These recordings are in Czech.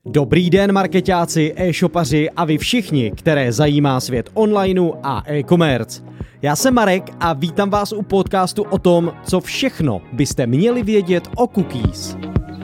Dobrý den markeťáci, e-shopaři a vy všichni, které zajímá svět onlineu a e-commerce. Já jsem Marek a vítám vás u podcastu o tom, co všechno byste měli vědět o cookies.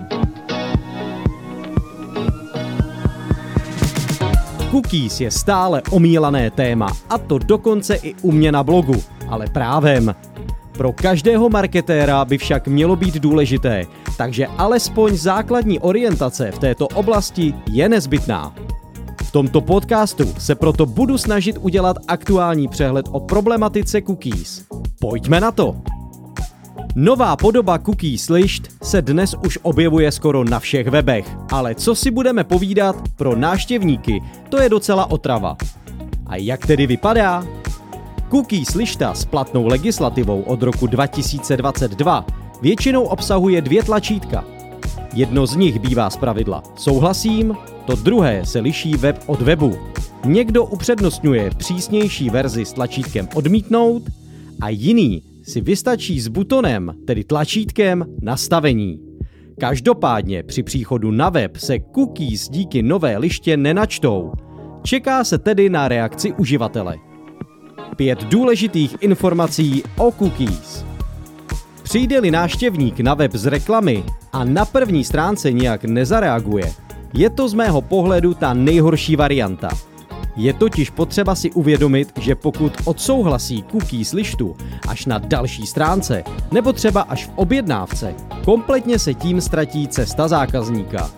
Cookies je stále omílané téma, a to dokonce i u mě na blogu, ale právem. Pro každého marketéra by však mělo být důležité, takže alespoň základní orientace v této oblasti je nezbytná. V tomto podcastu se proto budu snažit udělat aktuální přehled o problematice cookies. Pojďme na to! Nová podoba cookies lišt se dnes už objevuje skoro na všech webech, ale co si budeme povídat, pro návštěvníky to je docela otrava. A jak tedy vypadá? Cookies lišta s platnou legislativou od roku 2022 většinou obsahuje 2 tlačítka. Jedno z nich bývá zpravidla souhlasím, to druhé se liší web od webu. Někdo upřednostňuje přísnější verzi s tlačítkem odmítnout a jiný si vystačí s butonem, tedy tlačítkem nastavení. Každopádně při příchodu na web se cookies díky nové liště nenačtou. Čeká se tedy na reakci uživatele. 5 důležitých informací o cookies. Přijde-li návštěvník na web z reklamy a na první stránce nijak nezareaguje, je to z mého pohledu ta nejhorší varianta. Je totiž potřeba si uvědomit, že pokud odsouhlasí cookies lištu až na další stránce, nebo třeba až v objednávce, kompletně se tím ztratí cesta zákazníka.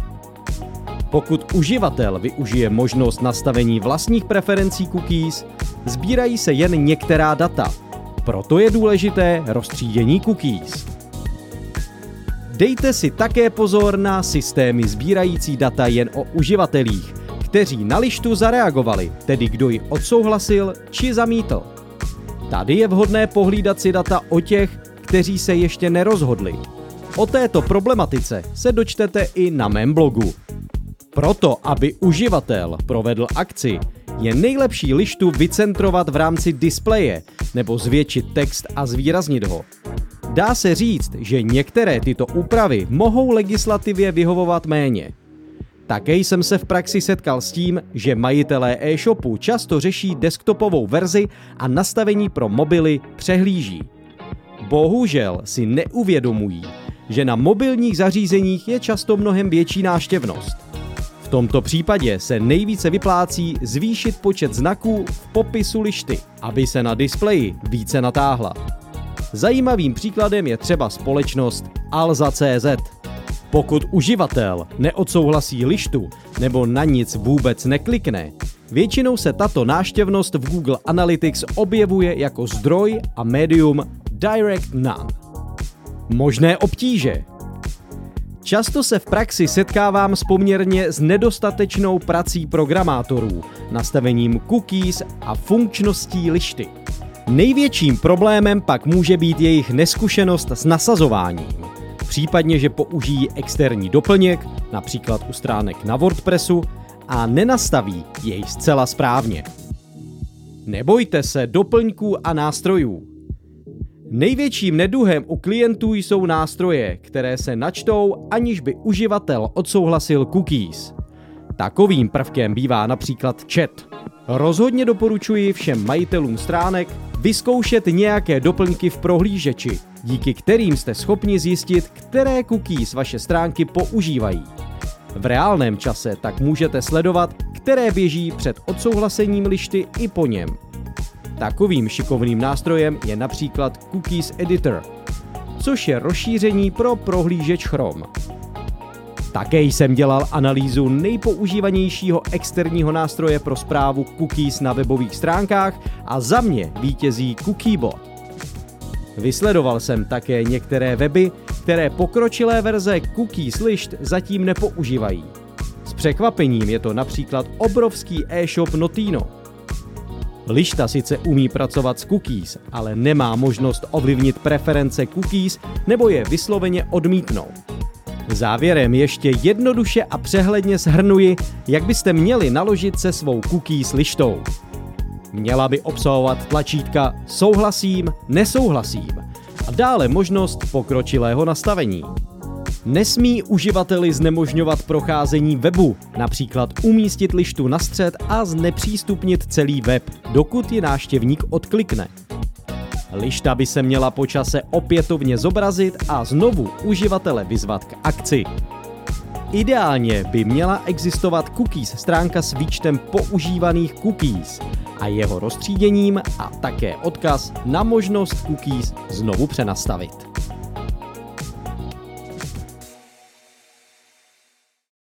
Pokud uživatel využije možnost nastavení vlastních preferencí cookies, sbírají se jen některá data. Proto je důležité roztřídění cookies. Dejte si také pozor na systémy sbírající data jen o uživatelích, kteří na lištu zareagovali, tedy kdo ji odsouhlasil či zamítl. Tady je vhodné pohlídat si data o těch, kteří se ještě nerozhodli. O této problematice se dočtete i na mém blogu. Proto, aby uživatel provedl akci, je nejlepší lištu vycentrovat v rámci displeje nebo zvětšit text a zvýraznit ho. Dá se říct, že některé tyto úpravy mohou legislativě vyhovovat méně. Také jsem se v praxi setkal s tím, že majitelé e-shopu často řeší desktopovou verzi a nastavení pro mobily přehlíží. Bohužel si neuvědomují, že na mobilních zařízeních je často mnohem větší návštěvnost. V tomto případě se nejvíce vyplácí zvýšit počet znaků v popisu lišty, aby se na displeji více natáhla. Zajímavým příkladem je třeba společnost Alza.cz. Pokud uživatel neodsouhlasí lištu nebo na nic vůbec neklikne, většinou se tato návštěvnost v Google Analytics objevuje jako zdroj a médium Direct None. Možné obtíže. Často se v praxi setkávám poměrně s nedostatečnou prací programátorů, nastavením cookies a funkčností lišty. Největším problémem pak může být jejich neskušenost s nasazováním. Případně, že použijí externí doplněk, například u stránek na WordPressu, a nenastaví jej zcela správně. Nebojte se doplňků a nástrojů. Největším neduhem u klientů jsou nástroje, které se načtou, aniž by uživatel odsouhlasil cookies. Takovým prvkem bývá například chat. Rozhodně doporučuji všem majitelům stránek vyzkoušet nějaké doplňky v prohlížeči, díky kterým jste schopni zjistit, které cookies vaše stránky používají. V reálném čase tak můžete sledovat, které běží před odsouhlasením lišty i po něm. Takovým šikovným nástrojem je například Cookies Editor, což je rozšíření pro prohlížeč Chrome. Také jsem dělal analýzu nejpoužívanějšího externího nástroje pro správu cookies na webových stránkách a za mě vítězí Cookiebot. Vysledoval jsem také některé weby, které pokročilé verze cookies lišt zatím nepoužívají. S překvapením je to například obrovský e-shop Notino. Lišta sice umí pracovat s cookies, ale nemá možnost ovlivnit preference cookies nebo je vysloveně odmítnout. Závěrem ještě jednoduše a přehledně shrnuji, jak byste měli naložit se svou cookies lištou. Měla by obsahovat tlačítka souhlasím, nesouhlasím a dále možnost pokročilého nastavení. Nesmí uživateli znemožňovat procházení webu, například umístit lištu na střed a znepřístupnit celý web, dokud ji návštěvník odklikne. Lišta by se měla po čase opětovně zobrazit a znovu uživatele vyzvat k akci. Ideálně by měla existovat cookies stránka s výčtem používaných cookies a jeho roztříděním a také odkaz na možnost cookies znovu přenastavit.